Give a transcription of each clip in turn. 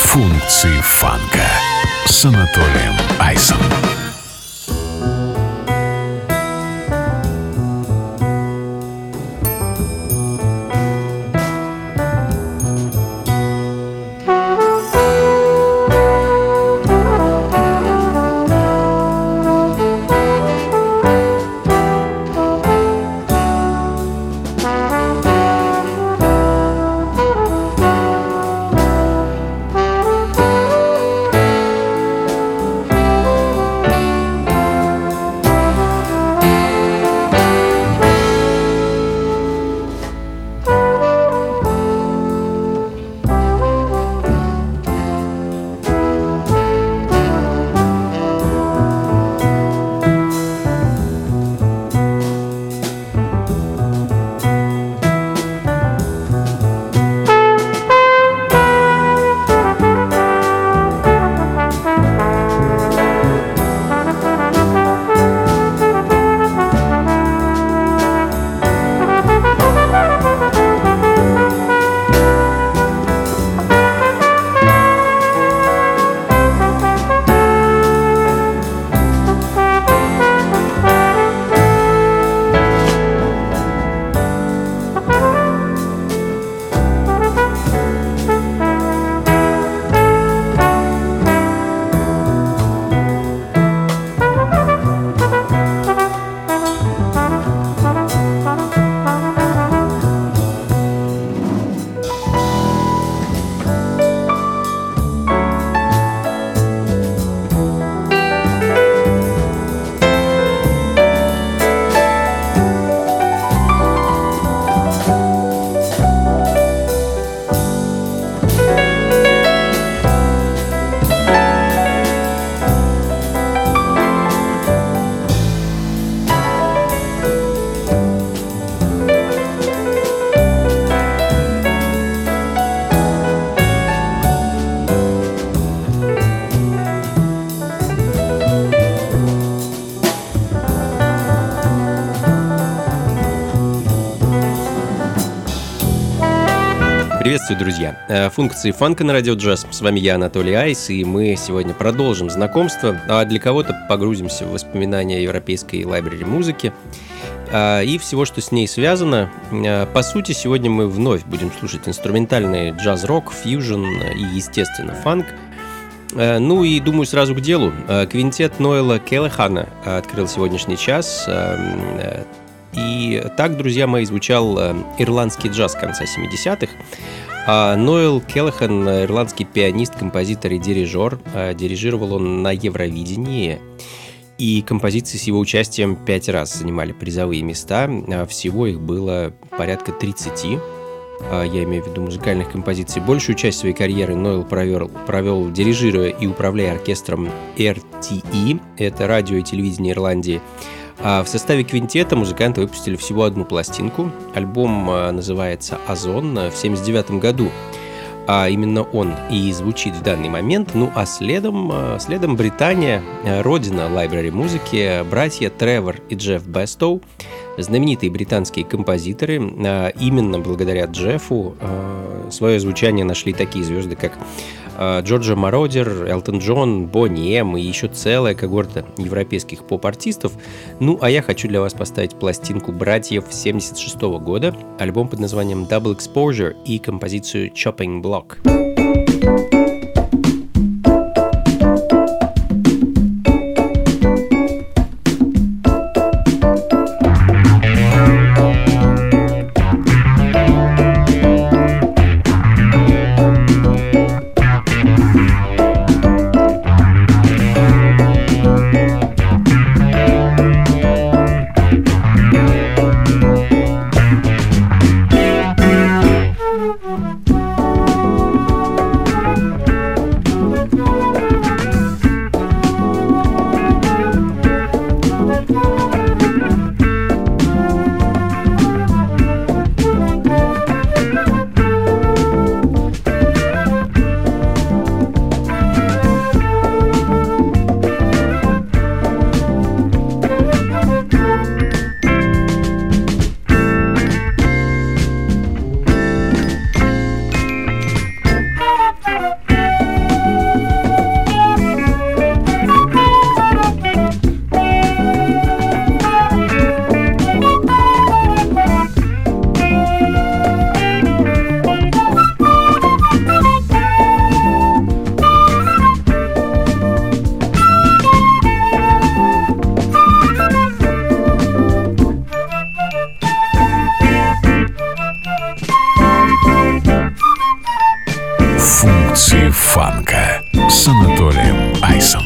Функции фанка с Анатолием Айсом. Приветствую, друзья! Функции фанка на радио джаз. С вами я, Анатолий Айс, и мы сегодня продолжим знакомство, а для кого-то погрузимся в воспоминания европейской лайбрери музыки и всего, что с ней связано. По сути, сегодня мы вновь будем слушать инструментальный джаз-рок, фьюжн и, естественно, фанк. Ну и думаю сразу к делу. Квинтет Ноэла Келлехана открыл сегодняшний час. И так, друзья мои, звучал ирландский джаз конца 70-х. Ноэл Келлехан, ирландский пианист, композитор и дирижер. Дирижировал он на Евровидении. И композиции с его участием 5 раз занимали призовые места. Всего их было порядка 30. Я имею в виду музыкальных композиций. Большую часть своей карьеры Ноэл провел дирижируя и управляя оркестром RTE. Это радио и телевидение Ирландии. В составе квинтета музыканты выпустили всего одну пластинку. Альбом называется «Озон» в 1979 году. Именно он и звучит в данный момент. Ну а следом Британия, родина лайбрери музыки, братья Тревор и Джефф Бестоу, знаменитые британские композиторы. Именно благодаря Джеффу свое звучание нашли такие звезды, как Джорджо Мородер, Элтон Джон, Бонни Эм и еще целая когорта европейских поп-артистов. Ну, а я хочу для вас поставить пластинку братьев 1976 года, альбом под названием Double Exposure и композицию Chopping Block. Функции фанка с Анатолием Айсом.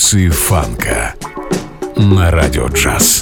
Танцы фанка на радио джаз.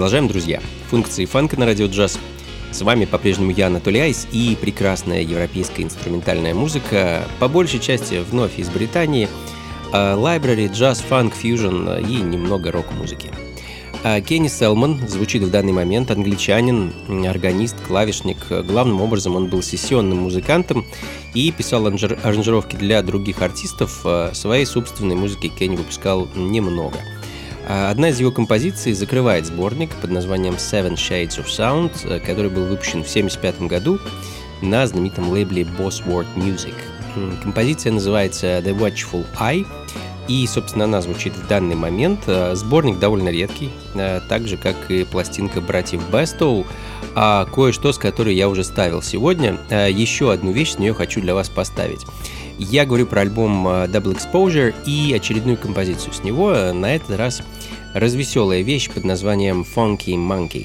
Продолжаем, друзья. Функции фанка на радио джаз. С вами по-прежнему я, Анатолий Айс, и прекрасная европейская инструментальная музыка, по большей части вновь из Британии, library, джаз, фанк, фьюжн и немного рок-музыки. Кенни Селман звучит в данный момент, англичанин, органист, клавишник. Главным образом он был сессионным музыкантом и писал аранжировки для других артистов. Своей собственной музыки Кенни выпускал немного. Одна из его композиций закрывает сборник под названием Seven Shades of Sound, который был выпущен в 1975 году на знаменитом лейбле Boss World Music. Композиция называется The Watchful Eye, и, собственно, она звучит в данный момент. Сборник довольно редкий, так же, как и пластинка братьев Бестоу, а кое-что, с которой я уже ставил сегодня. Еще одну вещь с нее хочу для вас поставить. Я говорю про альбом Double Exposure и очередную композицию с него, на этот раз развеселая вещь под названием Funky Monkey.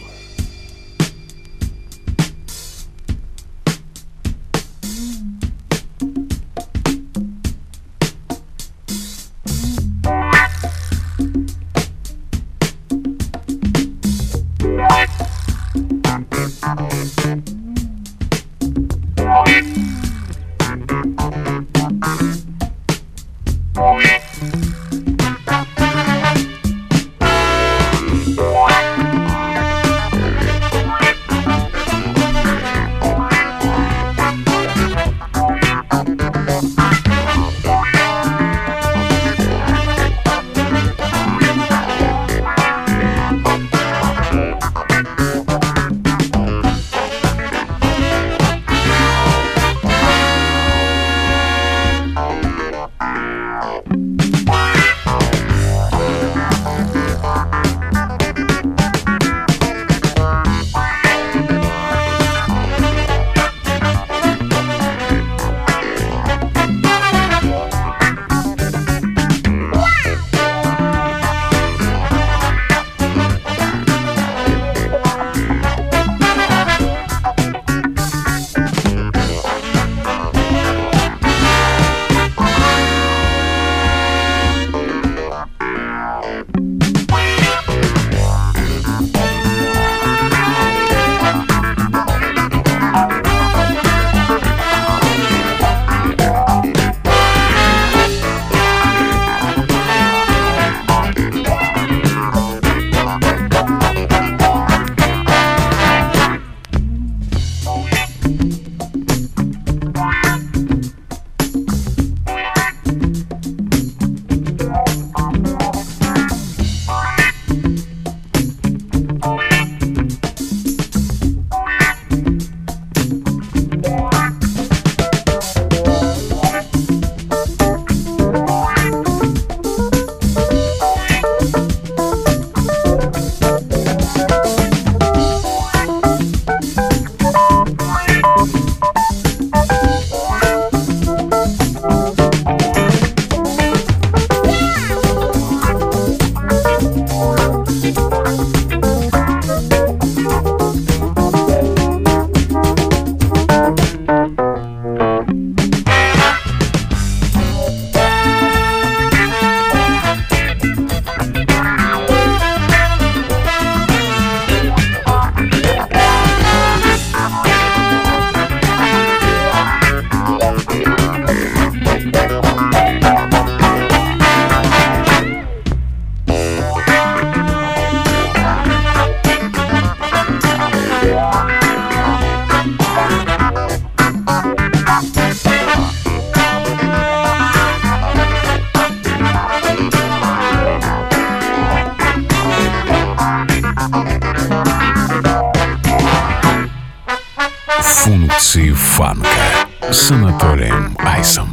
Функции фанка с Анатолием Айсом.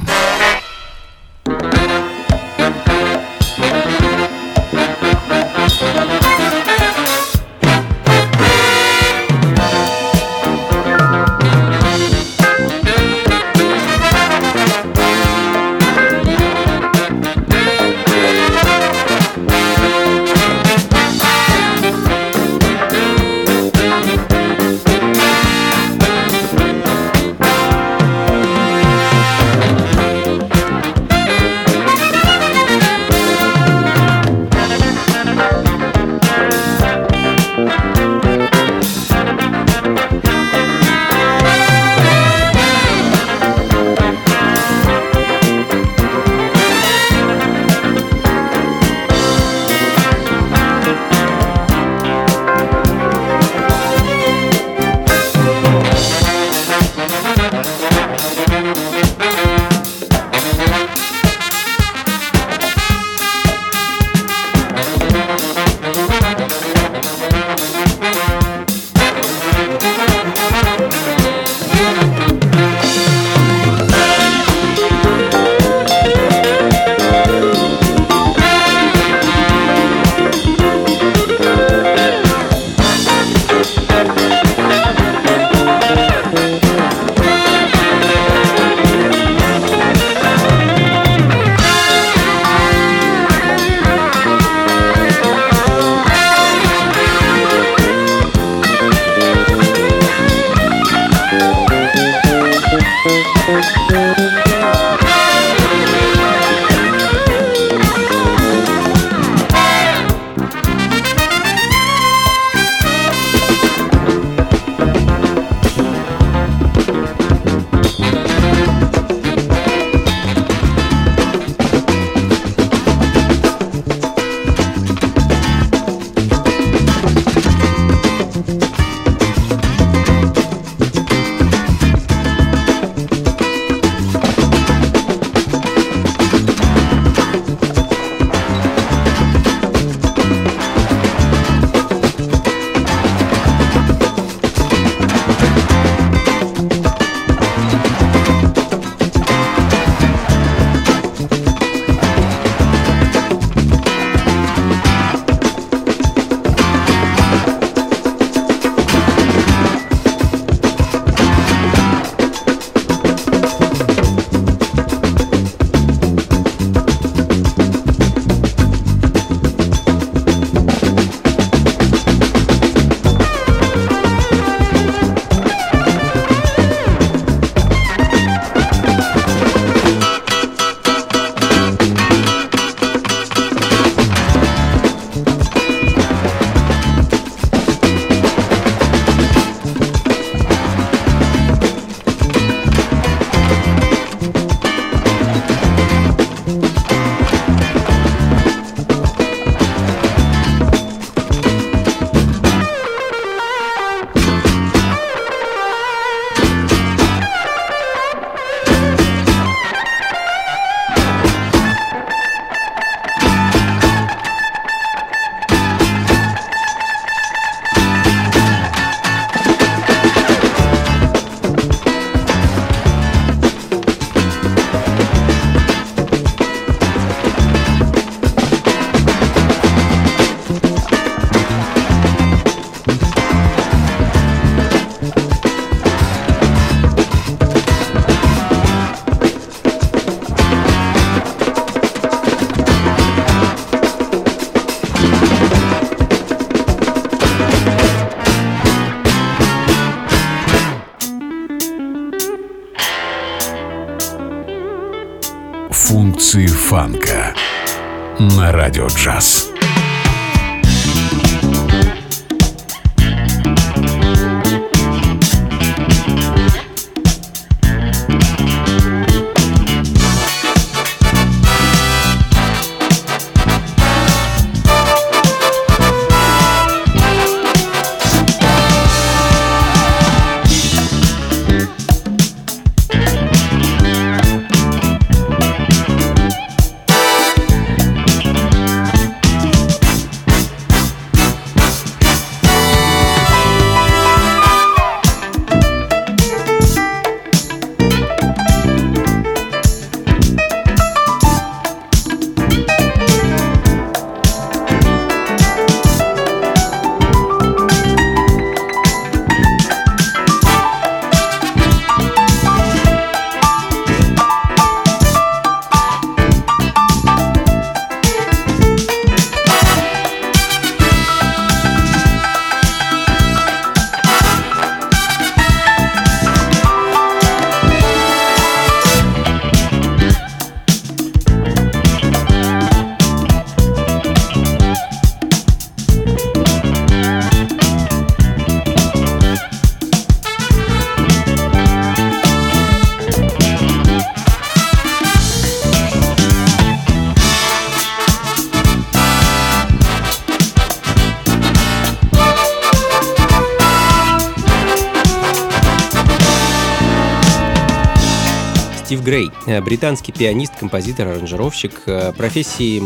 функции фанка на Радио Джаз. Стив Грей, британский пианист, композитор, аранжировщик. Профессией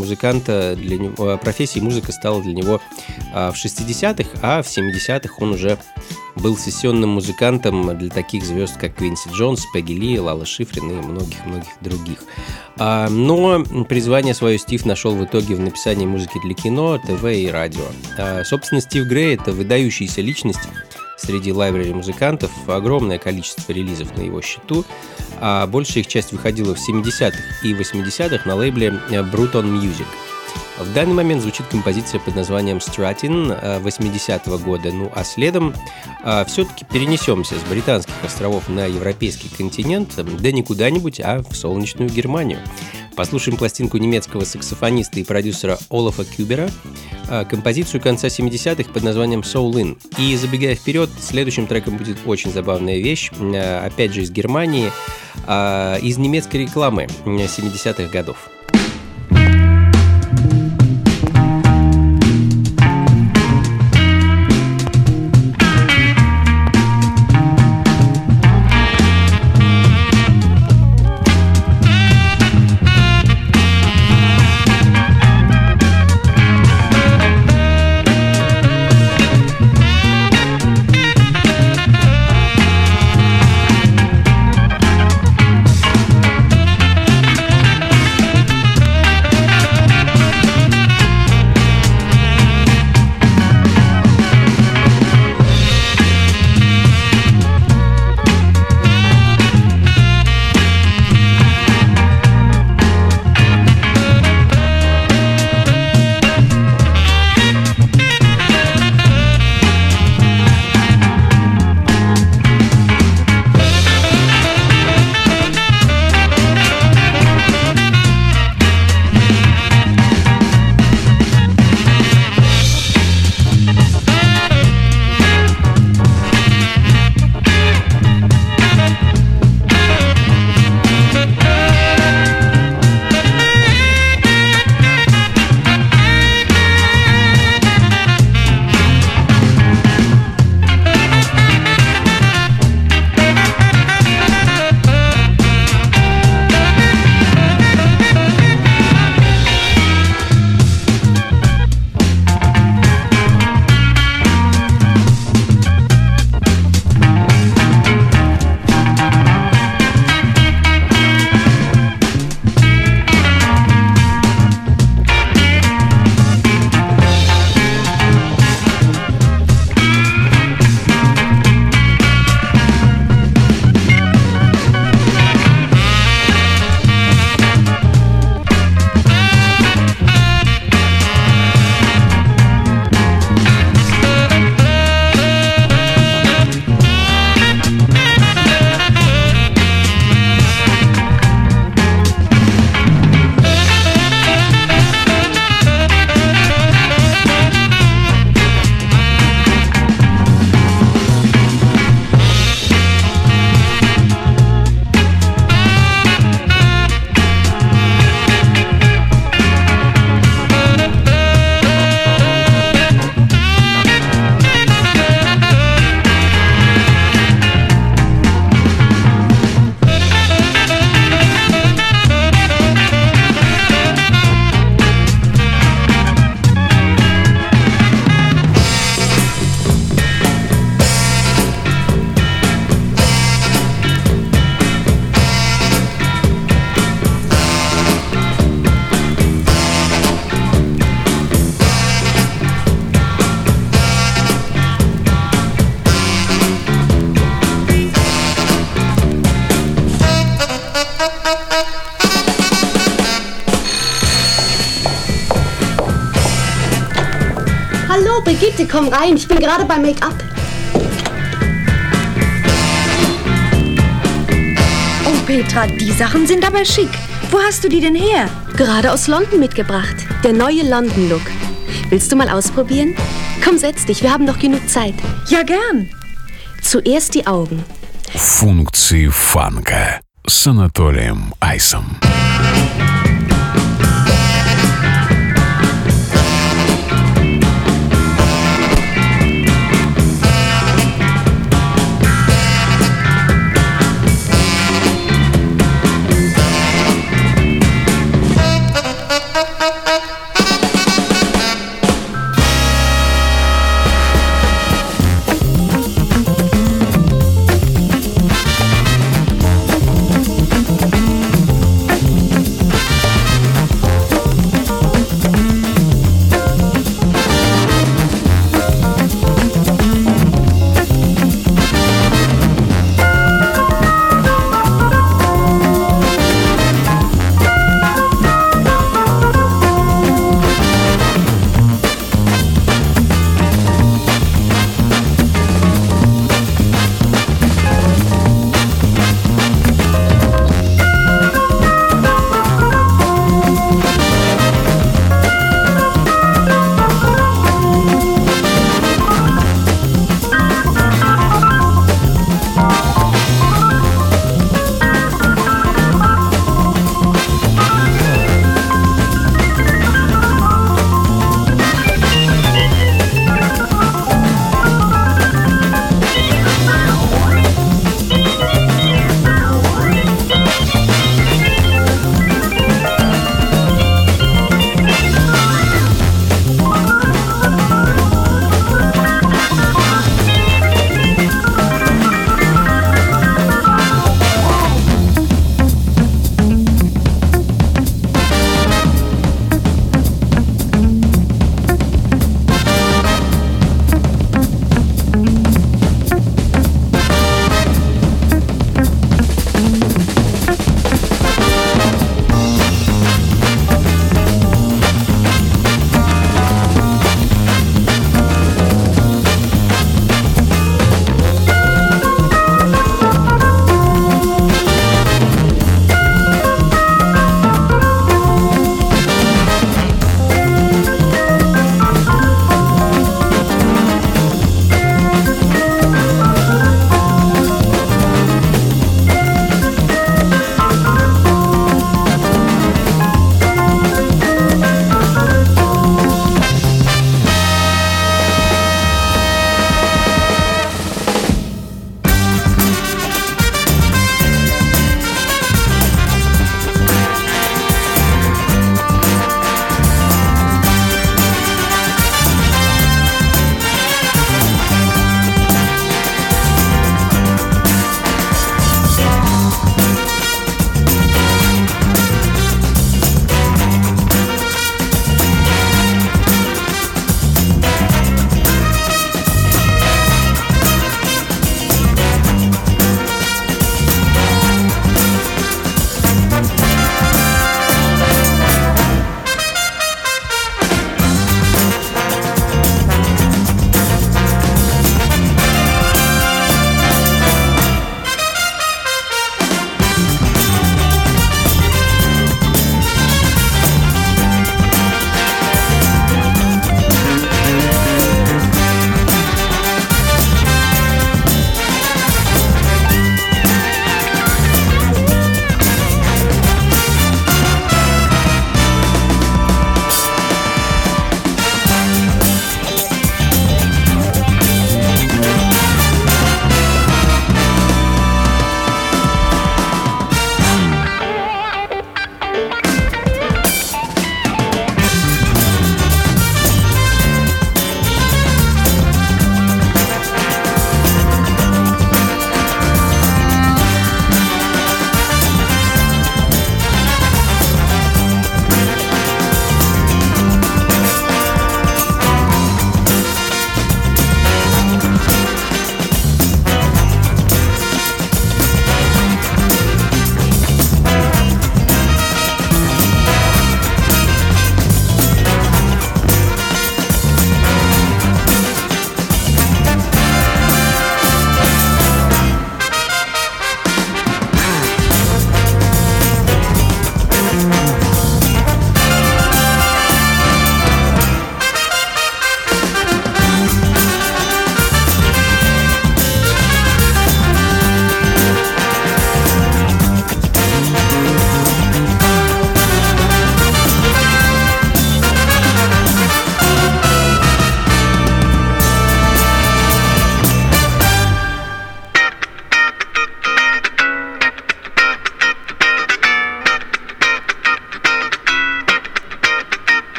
музыка стала для него в 60-х, а в 70-х он уже был сессионным музыкантом для таких звезд, как Квинси Джонс, Пегги Ли, Лала Шифрин и многих-многих других. Но призвание свое Стив нашел в итоге в написании музыки для кино, ТВ и радио. Собственно, Стив Грей — это выдающаяся личность среди лайбрери-музыкантов, огромное количество релизов на его счету, а большая их часть выходила в 70-х и 80-х на лейбле Bruton Music. В данный момент звучит композиция под названием «Stratin» 80-го года, ну а следом все-таки перенесемся с британских островов на европейский континент, да не куда-нибудь, а в солнечную Германию. Послушаем пластинку немецкого саксофониста и продюсера Олафа Кюбера, композицию конца 70-х под названием «Soul In». И забегая вперед, следующим треком будет очень забавная вещь, опять же из Германии, из немецкой рекламы 70-х годов. Hallo, Brigitte, komm rein. Ich bin gerade beim Make-up. Oh, Petra, die Sachen sind aber schick. Wo hast du die denn her? Gerade aus London mitgebracht. Der neue London-Look. Willst du mal ausprobieren? Komm, setz dich, wir haben noch genug Zeit. Ja, gern. Zuerst die Augen. Функции фанка с Анатолием Айсом.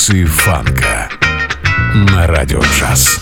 Часы фанка на Радио Джаз.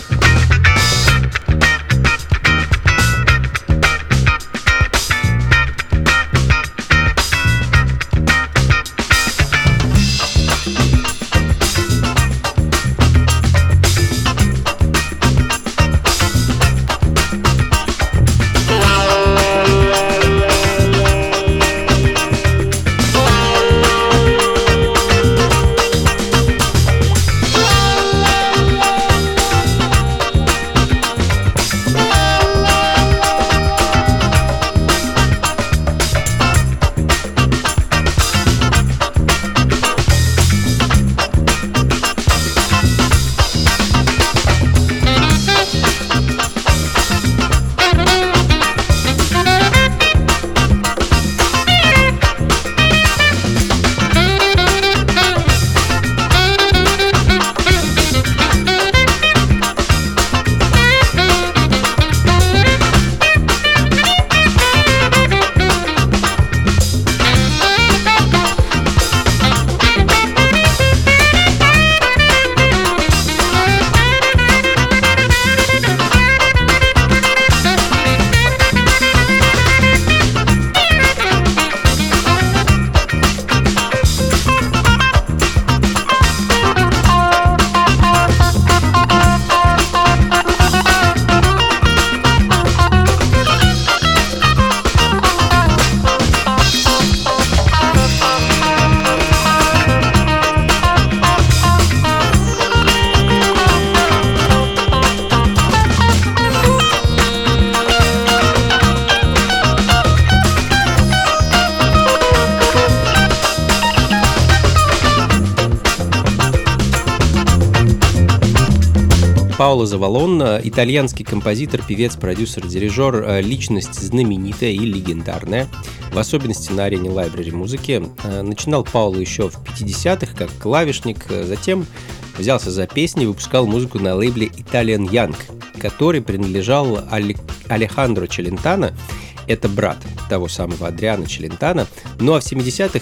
Паоло Завалон, итальянский композитор, певец, продюсер, дирижер, личность знаменитая и легендарная, в особенности на арене лайбрери музыки. Начинал Паоло еще в 50-х как клавишник, затем взялся за песни и выпускал музыку на лейбле Italian Young, который принадлежал Алехандро Челентано. Это брат того самого Адриано Челентано. Ну а в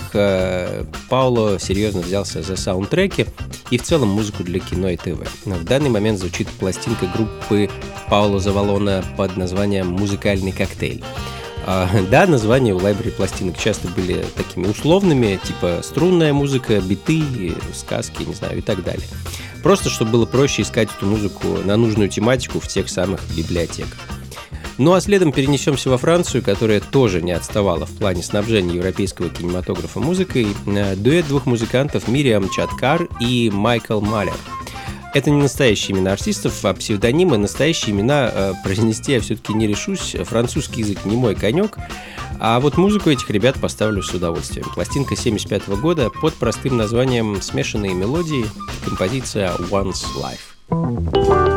70-х Паоло серьезно взялся за саундтреки и в целом музыку для кино и ТВ. В данный момент звучит пластинка группы Паоло Завалона под названием «Музыкальный коктейль». Да, названия у лайбрери пластинок часто были такими условными, типа струнная музыка, биты, сказки, не знаю, и так далее. Просто, чтобы было проще искать эту музыку на нужную тематику в тех самых библиотеках. Ну а следом перенесемся во Францию, которая тоже не отставала в плане снабжения европейского кинематографа музыкой. Дуэт двух музыкантов Мириам Чадкар и Майкл Малер. Это не настоящие имена артистов, а псевдонимы. Настоящие имена произнести я все-таки не решусь. Французский язык не мой конек. А вот музыку этих ребят поставлю с удовольствием. Пластинка 1975 года под простым названием «Смешанные мелодии», композиция «One's Life».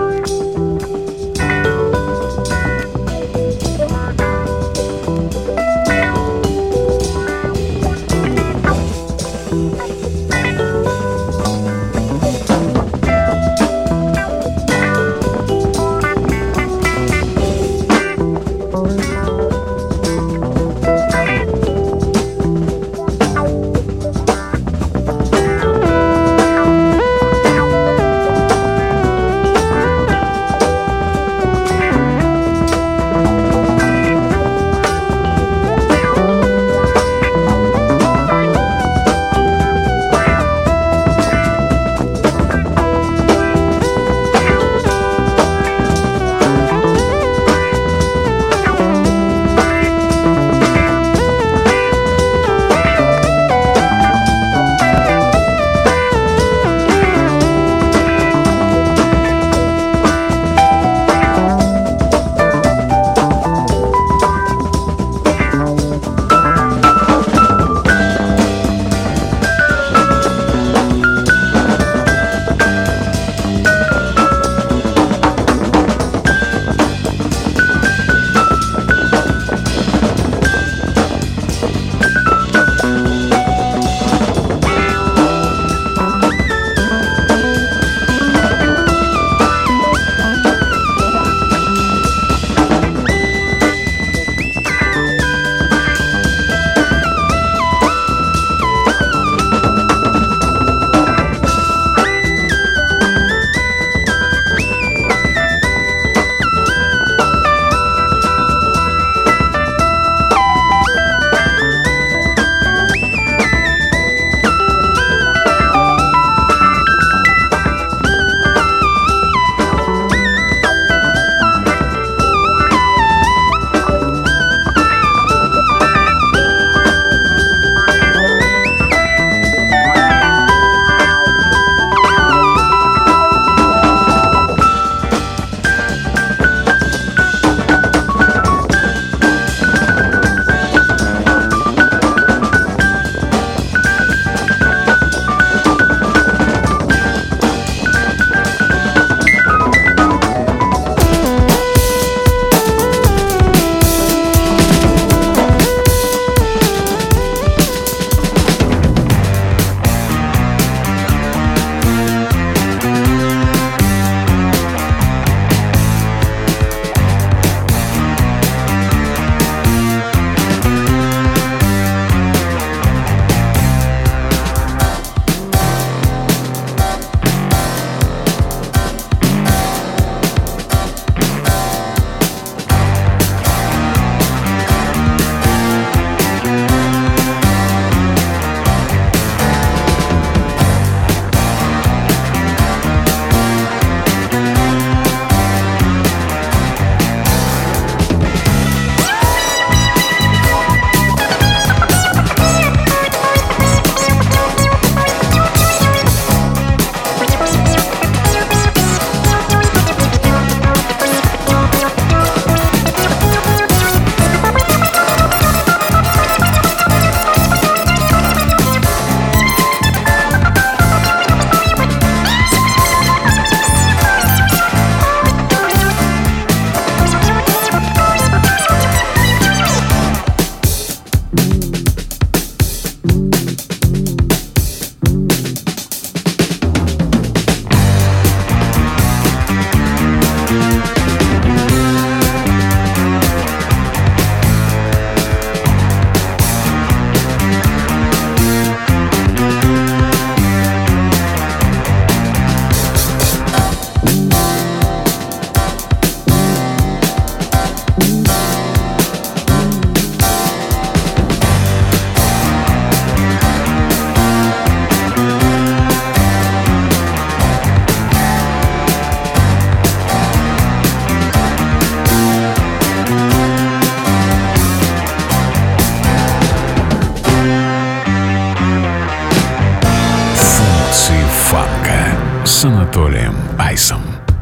диджеем Айсом.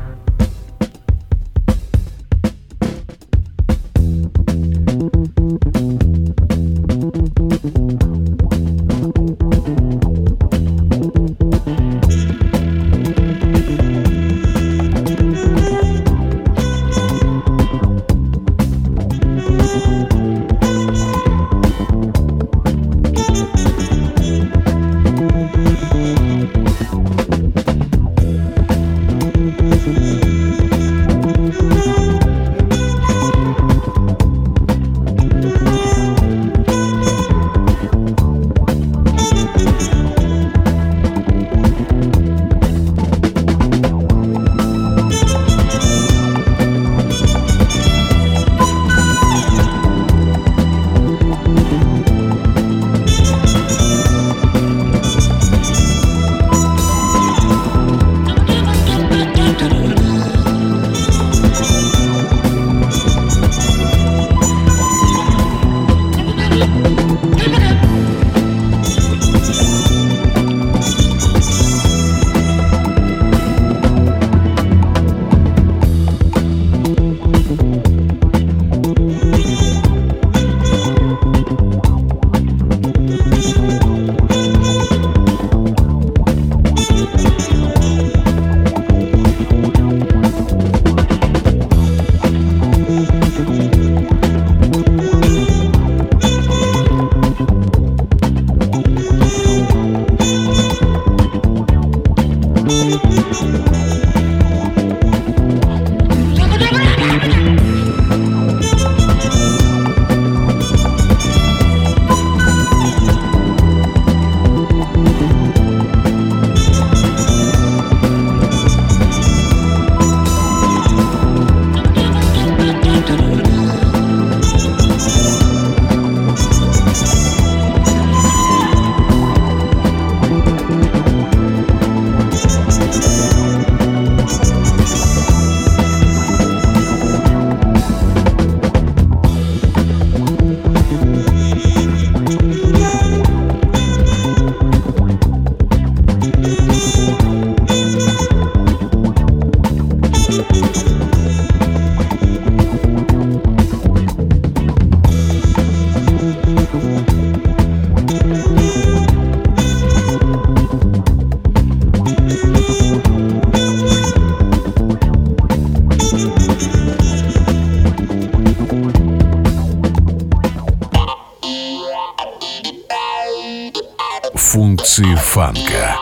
Функции фанка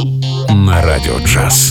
на Радио Джаз.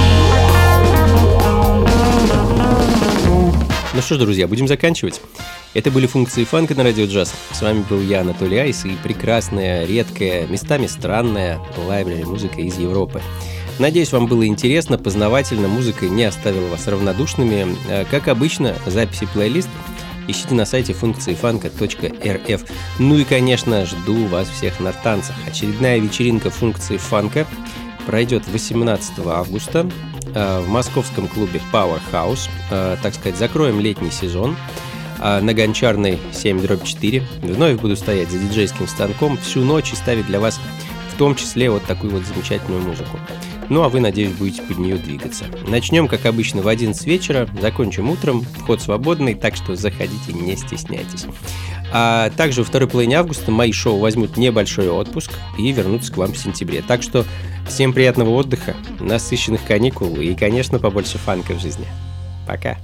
Ну что ж, друзья, будем заканчивать. Это были функции фанка на радио джаз. С вами был я, Анатолий Айс, и прекрасная, редкая, местами странная лайбрери музыка из Европы. Надеюсь, вам было интересно, познавательно, музыка не оставила вас равнодушными. Как обычно, записи плейлист ищите на сайте функциифанка.рф. Ну и, конечно, жду вас всех на танцах. Очередная вечеринка функции фанка пройдет 18 августа в московском клубе Powerhouse. Так сказать, закроем летний сезон. На Гончарной 7/4. Вновь буду стоять за диджейским станком всю ночь и ставить для вас в том числе вот такую вот замечательную музыку. Ну а вы, надеюсь, будете под нее двигаться. Начнем, как обычно, в 11 вечера, закончим утром, вход свободный, так что заходите, не стесняйтесь. А также во второй половине августа мои шоу возьмут небольшой отпуск и вернутся к вам в сентябре. Так что всем приятного отдыха, насыщенных каникул и, конечно, побольше фанка в жизни. Пока!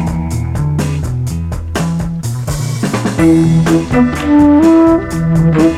Thank you.